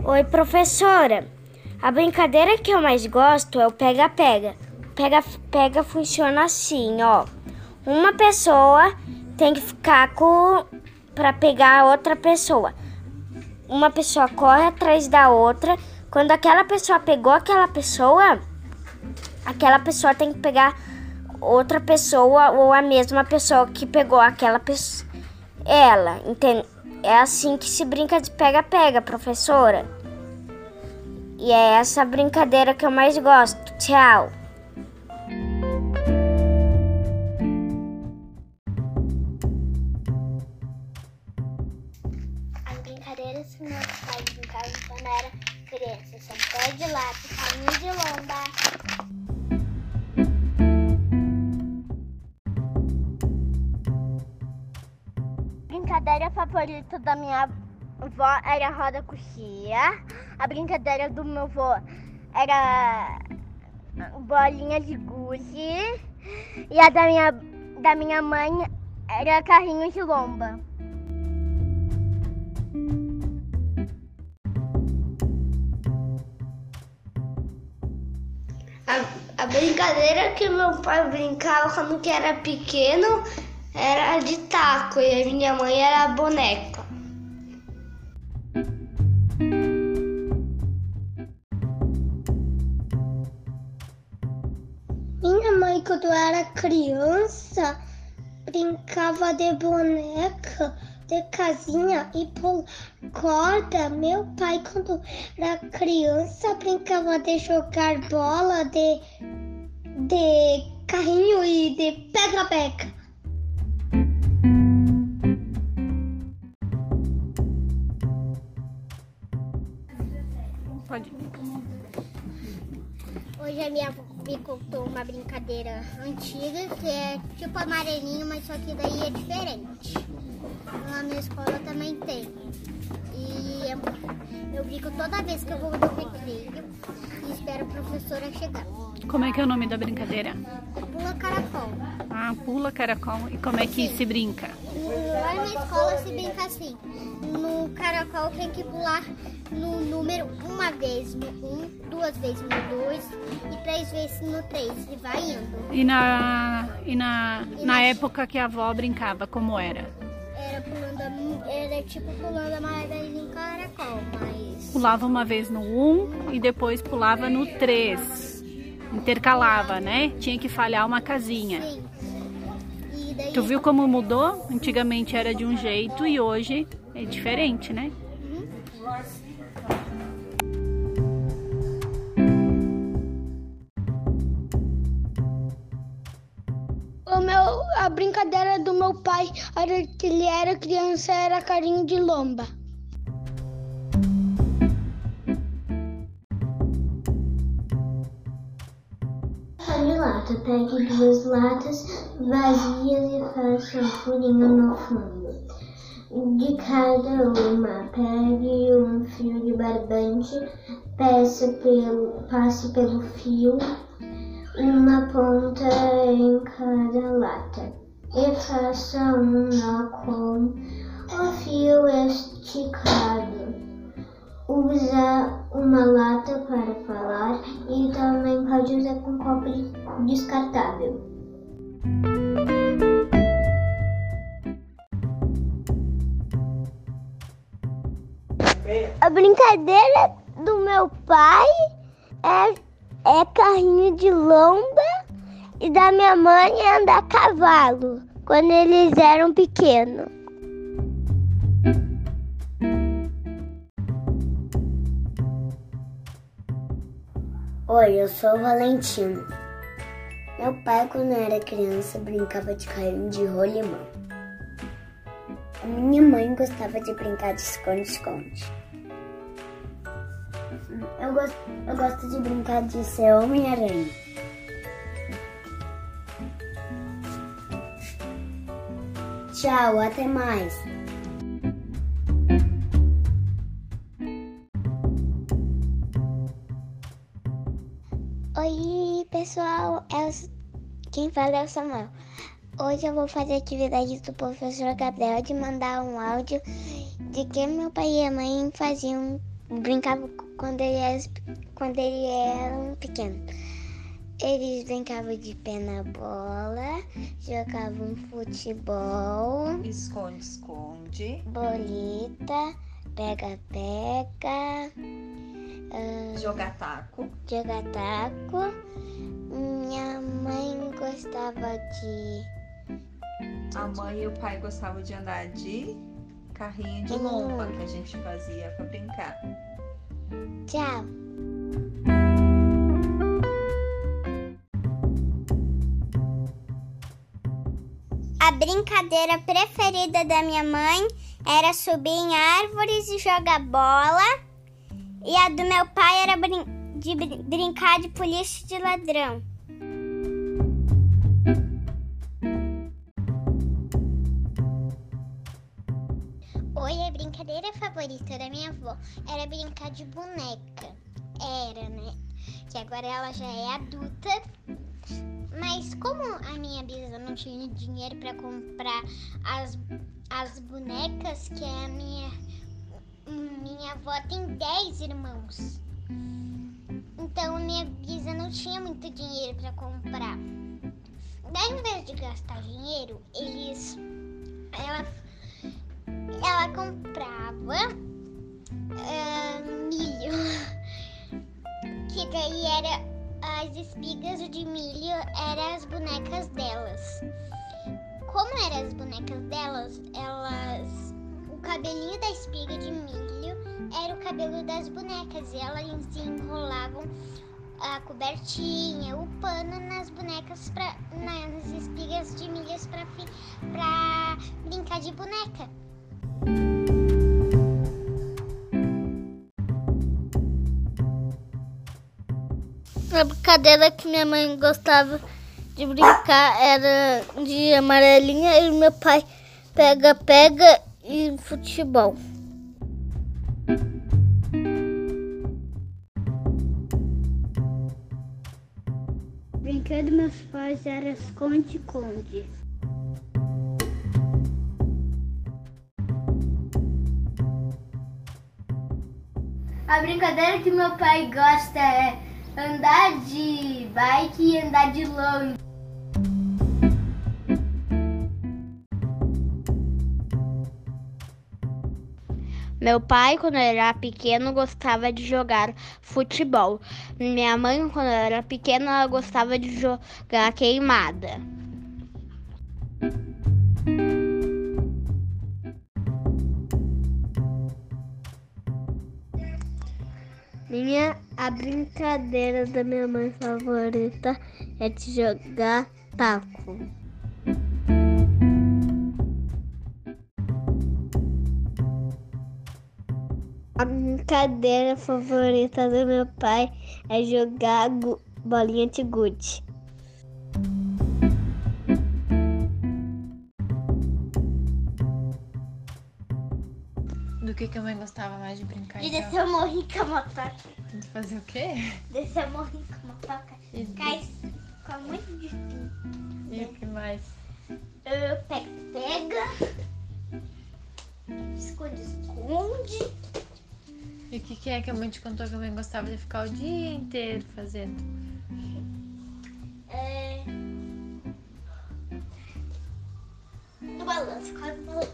Oi, professora. A brincadeira que eu mais gosto é o pega-pega. Pega-pega funciona assim, ó. Uma pessoa tem que ficar para pegar a outra pessoa. Uma pessoa corre atrás da outra. Quando aquela pessoa pegou aquela pessoa tem que pegar outra pessoa ou a mesma pessoa que pegou aquela pessoa. Ela, entende? É assim que se brinca de pega-pega, professora. E é essa brincadeira que eu mais gosto. Tchau. As brincadeiras que meus pais brincavam quando eu era criança são pé de lata, carrinho de lomba. A brincadeira favorita da minha avó era roda coxia. A brincadeira do meu avô era bolinha de gude. E a da minha mãe era carrinho de lomba. A brincadeira que meu pai brincava quando que era pequeno era de taco e a minha mãe era boneca. Minha mãe, quando eu era criança, brincava de boneca, de casinha e pular corda. Meu pai, quando era criança, brincava de jogar bola, de carrinho e de pega-pega. Pode. Hoje a minha avó me contou uma brincadeira antiga que é tipo amarelinho, mas só que daí é diferente. Na minha escola também tem. E eu brinco toda vez que eu vou no recreio e espero a professora chegar. Como é que é o nome da brincadeira? Pula caracol. Ah, pula caracol. E como é que se brinca? Lá na escola se brinca assim. No caracol tem que pular no número uma vez no 1, duas vezes no 2 e 3 vezes no 3 e vai indo. E na época que a avó brincava, como era? Era tipo pulando a amarelinha em caracol, mas... Pulava uma vez no 1 e depois pulava no 3. Intercalava, né? Tinha que falhar uma casinha. Sim. E daí... Tu viu como mudou? Antigamente era de um jeito e hoje é diferente, né? A brincadeira do meu pai, era que ele era criança, era carrinho de lomba. De lata, pegue 2 latas vazias e faça um furinho no fundo. De cada uma, pegue um fio de barbante, passe pelo fio uma ponta em cada lata e faça um nó com o fio esticado. Usa uma lata para falar e também pode usar um copo descartável. A brincadeira do meu pai é carrinho de lomba e da minha mãe é andar a cavalo, quando eles eram pequenos. Oi, eu sou o Valentino. Meu pai, quando eu era criança, brincava de carrinho de rolimã. A minha mãe gostava de brincar de esconde-esconde. Eu gosto de brincar de ser Homem-Aranha. Tchau, até mais. Oi, pessoal, quem fala é o Samuel. Hoje eu vou fazer a atividade do professor Gabriel de mandar um áudio de que meu pai e a mãe faziam brincavam quando eles eram pequenos. Eles brincavam de pé na bola, jogavam futebol, Esconde-esconde. bolita, pega-pega, Jogar taco. jogar taco. Minha mãe gostava de A mãe e o pai gostavam de andar de carrinho de lomba, que a gente fazia pra brincar. tchau. A brincadeira preferida da minha mãe era subir em árvores e jogar bola. E a do meu pai era brincar de polícia e de ladrão. Oi, a brincadeira favorita da minha avó era brincar de boneca. Era, né? Que agora ela já é adulta. Mas como a minha bisa não tinha dinheiro para comprar as bonecas, que a minha avó tem 10 irmãos. Então a minha bisa não tinha muito dinheiro para comprar. Daí, ao invés de gastar dinheiro, ela comprava milho, que daí era as espigas de milho, eram as bonecas delas. Como eram as bonecas delas, o cabelinho da espiga de milho era o cabelo das bonecas e elas enrolavam a cobertinha, o pano nas bonecas, nas espigas de milho pra brincar de boneca. A brincadeira que minha mãe gostava de brincar era de amarelinha e meu pai pega-pega e futebol. O brinquedo dos meus pais era esconde-esconde. A brincadeira que meu pai gosta é andar de bike e andar de longe. Meu pai, quando era pequeno, gostava de jogar futebol. Minha mãe, quando era pequena, ela gostava de jogar queimada. A brincadeira da minha mãe favorita é de jogar taco. A brincadeira favorita do meu pai é jogar bolinha de gude. Do que a mãe gostava mais de brincar? De então? descer o morrinho com a motoca. De fazer o quê? Descer o morrinho com a motoca. Fica muito difícil. E o que mais? Pega, esconde. E o que é que a mãe te contou que a mãe gostava de ficar o dia inteiro fazendo? Do balanço, quase balanço.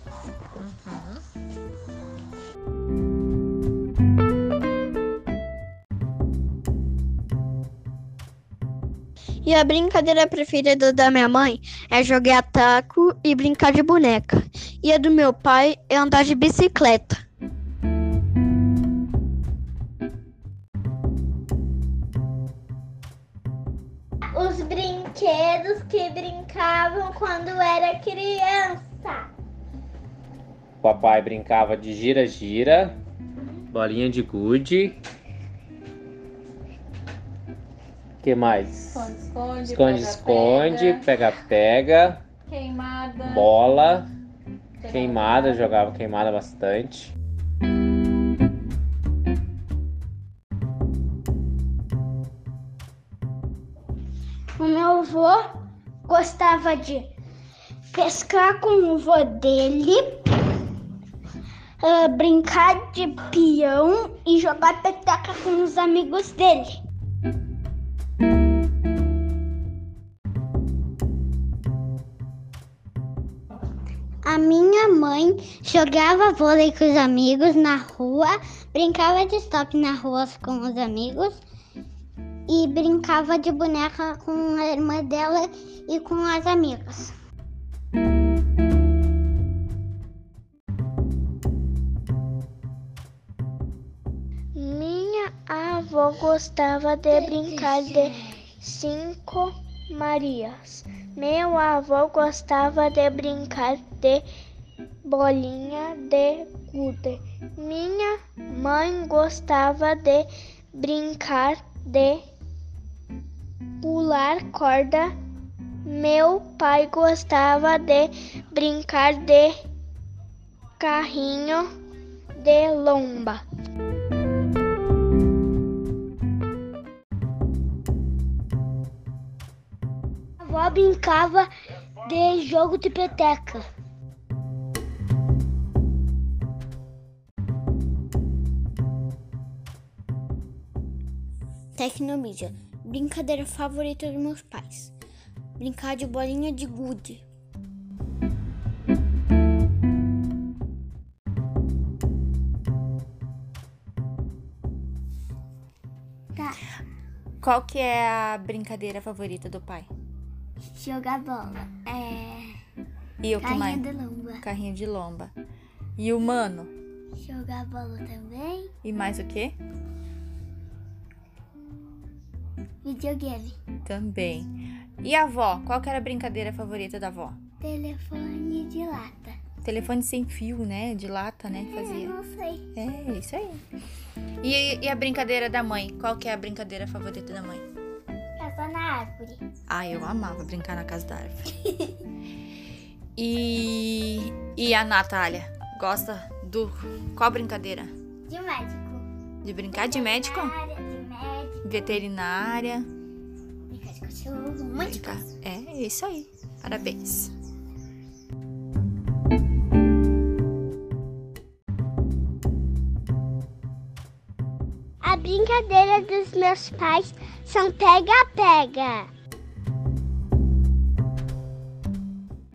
E a brincadeira preferida da minha mãe é jogar taco e brincar de boneca. E a do meu pai é andar de bicicleta. Os brinquedos que brincavam quando era criança. Papai brincava de gira-gira, bolinha de gude. O que mais? Esconde-esconde, pega-pega, Queimada. bola, queimada, jogava queimada bastante. O meu avô gostava de pescar com o avô dele, brincar de peão e jogar peteca com os amigos dele. A minha mãe jogava vôlei com os amigos na rua, brincava de stop na rua com os amigos e brincava de boneca com a irmã dela e com as amigas. Minha avó gostava de brincar de 5 Marias. Meu avô gostava de brincar de bolinha de gude. Minha mãe gostava de brincar de pular corda. Meu pai gostava de brincar de carrinho de lomba. A avó brincava de jogo de peteca. Tecnomídia. Brincadeira favorita dos meus pais. Brincar de bolinha de gude. Qual que é a brincadeira favorita do pai? Jogar bola. E o que mais? Carrinho de lomba. Carrinho de lomba. E o mano? Jogar bola também. E mais o quê? Videogame. Também. E a avó? Qual que era a brincadeira favorita da avó? Telefone de lata. Telefone sem fio, né? De lata, né? Fazia. Não sei. É, isso aí. E a brincadeira da mãe? Qual que é a brincadeira favorita da mãe? Casa na árvore. Ah, eu amava brincar na casa da árvore. E a Natália? Gosta do... Qual brincadeira? De médico. De brincar de médico? De médico. Veterinária. Brincar de cachorro. Muito coisa. É isso aí. Parabéns. A brincadeira dos meus pais são pega-pega.